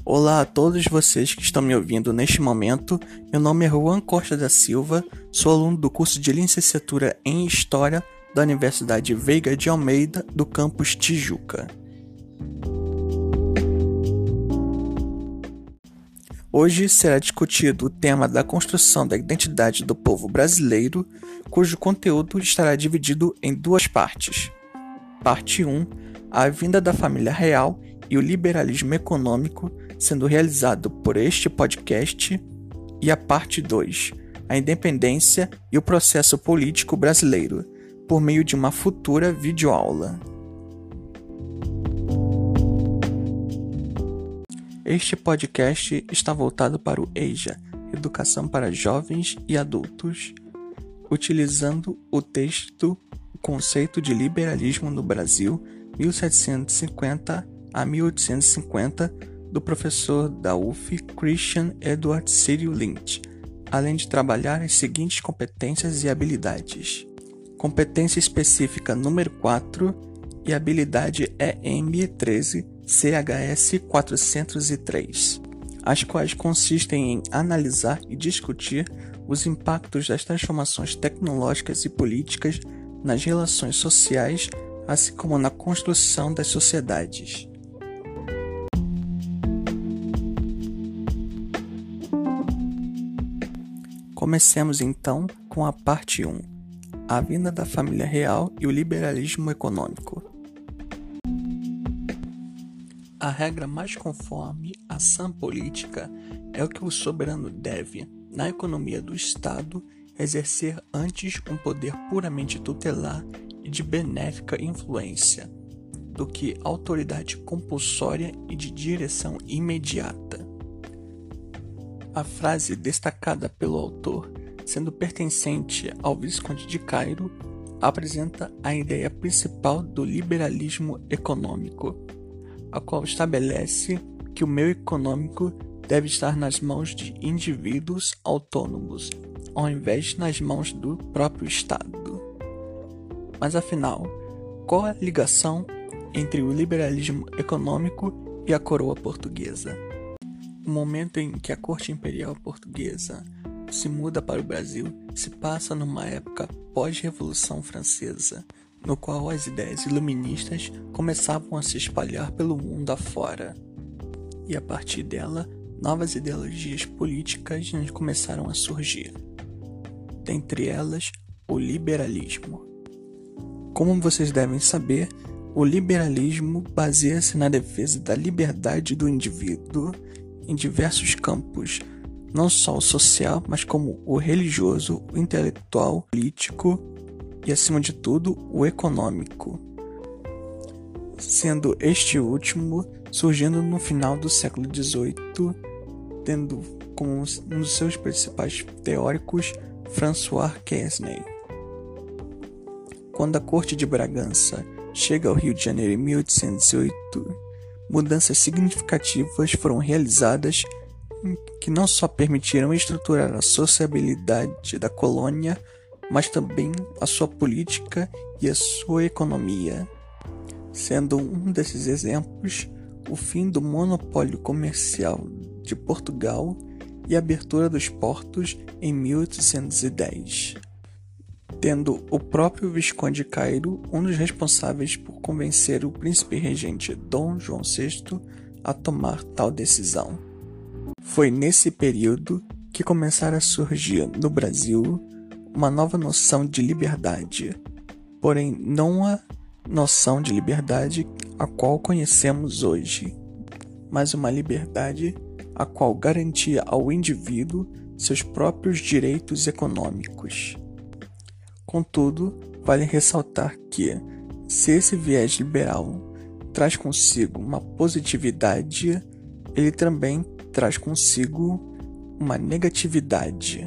Olá a todos vocês que estão me ouvindo neste momento. Meu nome é Juan Costa da Silva, sou aluno do curso de Licenciatura em História da Universidade Veiga de Almeida, do campus Tijuca. Hoje será discutido o tema da construção da identidade do povo brasileiro, cujo conteúdo estará dividido em duas partes. Parte 1, a vinda da família real e o liberalismo econômico, sendo realizado por este podcast, e a parte 2, a independência e o processo político brasileiro, por meio de uma futura videoaula. Este podcast está voltado para o EJA, Educação para Jovens e Adultos, utilizando o texto O Conceito de Liberalismo no Brasil, 1750 a 1850, do professor da UF, Christian Edward Cyril Lynch, além de trabalhar as seguintes competências e habilidades. Competência específica número 4 e habilidade EM13 CHS 403, as quais consistem em analisar e discutir os impactos das transformações tecnológicas e políticas nas relações sociais, assim como na construção das sociedades. Comecemos então com a parte 1, a vinda da família real e o liberalismo econômico. A regra mais conforme à sã política é o que o soberano deve, na economia do Estado, exercer antes um poder puramente tutelar e de benéfica influência, do que autoridade compulsória e de direção imediata. A frase destacada pelo autor, sendo pertencente ao Visconde de Cairo, apresenta a ideia principal do liberalismo econômico, a qual estabelece que o meio econômico deve estar nas mãos de indivíduos autônomos, ao invés nas mãos do próprio Estado. Mas afinal, qual é a ligação entre o liberalismo econômico e a coroa portuguesa? O momento em que a corte imperial portuguesa se muda para o Brasil se passa numa época pós-Revolução Francesa, no qual as ideias iluministas começavam a se espalhar pelo mundo afora. E a partir dela, novas ideologias políticas começaram a surgir. Dentre elas, o liberalismo. Como vocês devem saber, o liberalismo baseia-se na defesa da liberdade do indivíduo em diversos campos, não só o social, mas como o religioso, o intelectual, o político e, acima de tudo, o econômico, sendo este último surgindo no final do século XVIII, tendo como um dos seus principais teóricos François Quesnay. Quando a corte de Bragança chega ao Rio de Janeiro em 1808, mudanças significativas foram realizadas que não só permitiram estruturar a sociabilidade da colônia, mas também a sua política e a sua economia, sendo um desses exemplos o fim do monopólio comercial de Portugal e a abertura dos portos em 1810, tendo o próprio Visconde de Cairo um dos responsáveis por convencer o príncipe regente Dom João VI a tomar tal decisão. Foi nesse período que começaram a surgir no Brasil uma nova noção de liberdade, porém não a noção de liberdade a qual conhecemos hoje, mas uma liberdade a qual garantia ao indivíduo seus próprios direitos econômicos. Contudo, vale ressaltar que, se esse viés liberal traz consigo uma positividade, ele também traz consigo uma negatividade.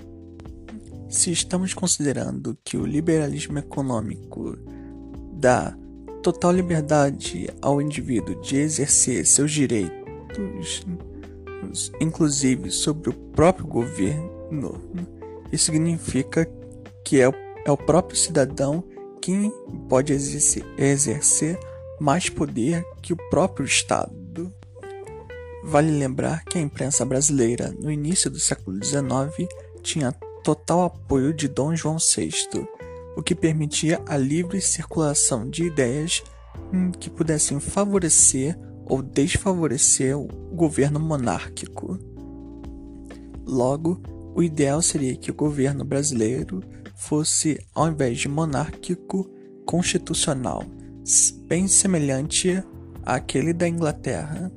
Se estamos considerando que o liberalismo econômico dá total liberdade ao indivíduo de exercer seus direitos, inclusive sobre o próprio governo, isso significa que é o próprio cidadão quem pode exercer mais poder que o próprio Estado. Vale lembrar que a imprensa brasileira, no início do século XIX, tinha total apoio de Dom João VI, o que permitia a livre circulação de ideias que pudessem favorecer ou desfavorecer o governo monárquico. Logo, o ideal seria que o governo brasileiro fosse, ao invés de monárquico, constitucional, bem semelhante àquele da Inglaterra.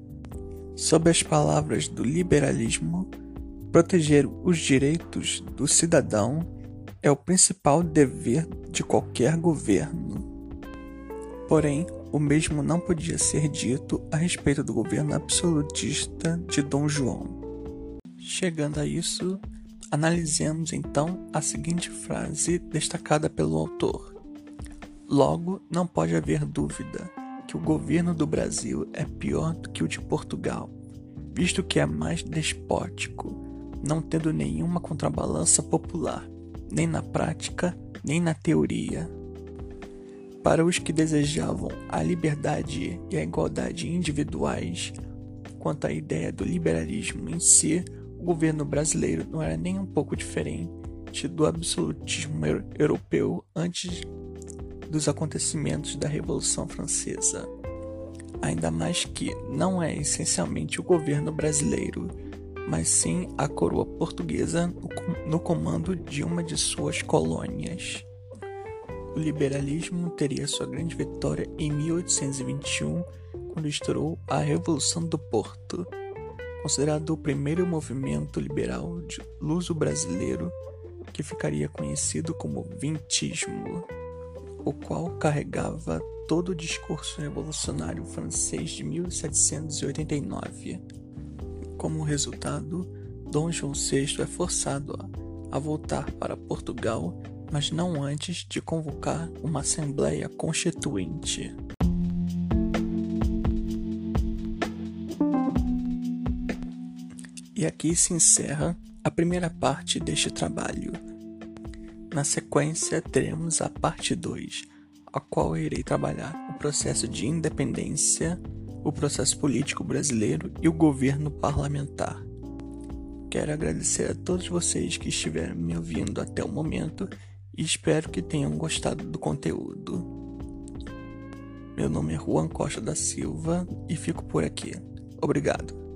Sob as palavras do liberalismo, proteger os direitos do cidadão é o principal dever de qualquer governo. Porém, o mesmo não podia ser dito a respeito do governo absolutista de Dom João. Chegando a isso, analisemos então a seguinte frase destacada pelo autor. Logo, não pode haver dúvida que o governo do Brasil é pior do que o de Portugal, visto que é mais despótico, não tendo nenhuma contrabalança popular, nem na prática, nem na teoria. Para os que desejavam a liberdade e a igualdade individuais, quanto à ideia do liberalismo em si, o governo brasileiro não era nem um pouco diferente do absolutismo europeu antes dos acontecimentos da Revolução Francesa. Ainda mais que não é essencialmente o governo brasileiro, mas sim a coroa portuguesa no comando de uma de suas colônias. O liberalismo teria sua grande vitória em 1821, quando estourou a Revolução do Porto, considerado o primeiro movimento liberal de luso-brasileiro, que ficaria conhecido como vintismo, o qual carregava todo o discurso revolucionário francês de 1789. Como resultado, Dom João VI é forçado a voltar para Portugal, mas não antes de convocar uma Assembleia Constituinte. E aqui se encerra a primeira parte deste trabalho. Na sequência, teremos a parte 2, a qual eu irei trabalhar o processo de independência, o processo político brasileiro e o governo parlamentar. Quero agradecer a todos vocês que estiveram me ouvindo até o momento e espero que tenham gostado do conteúdo. Meu nome é Juan Costa da Silva e fico por aqui. Obrigado.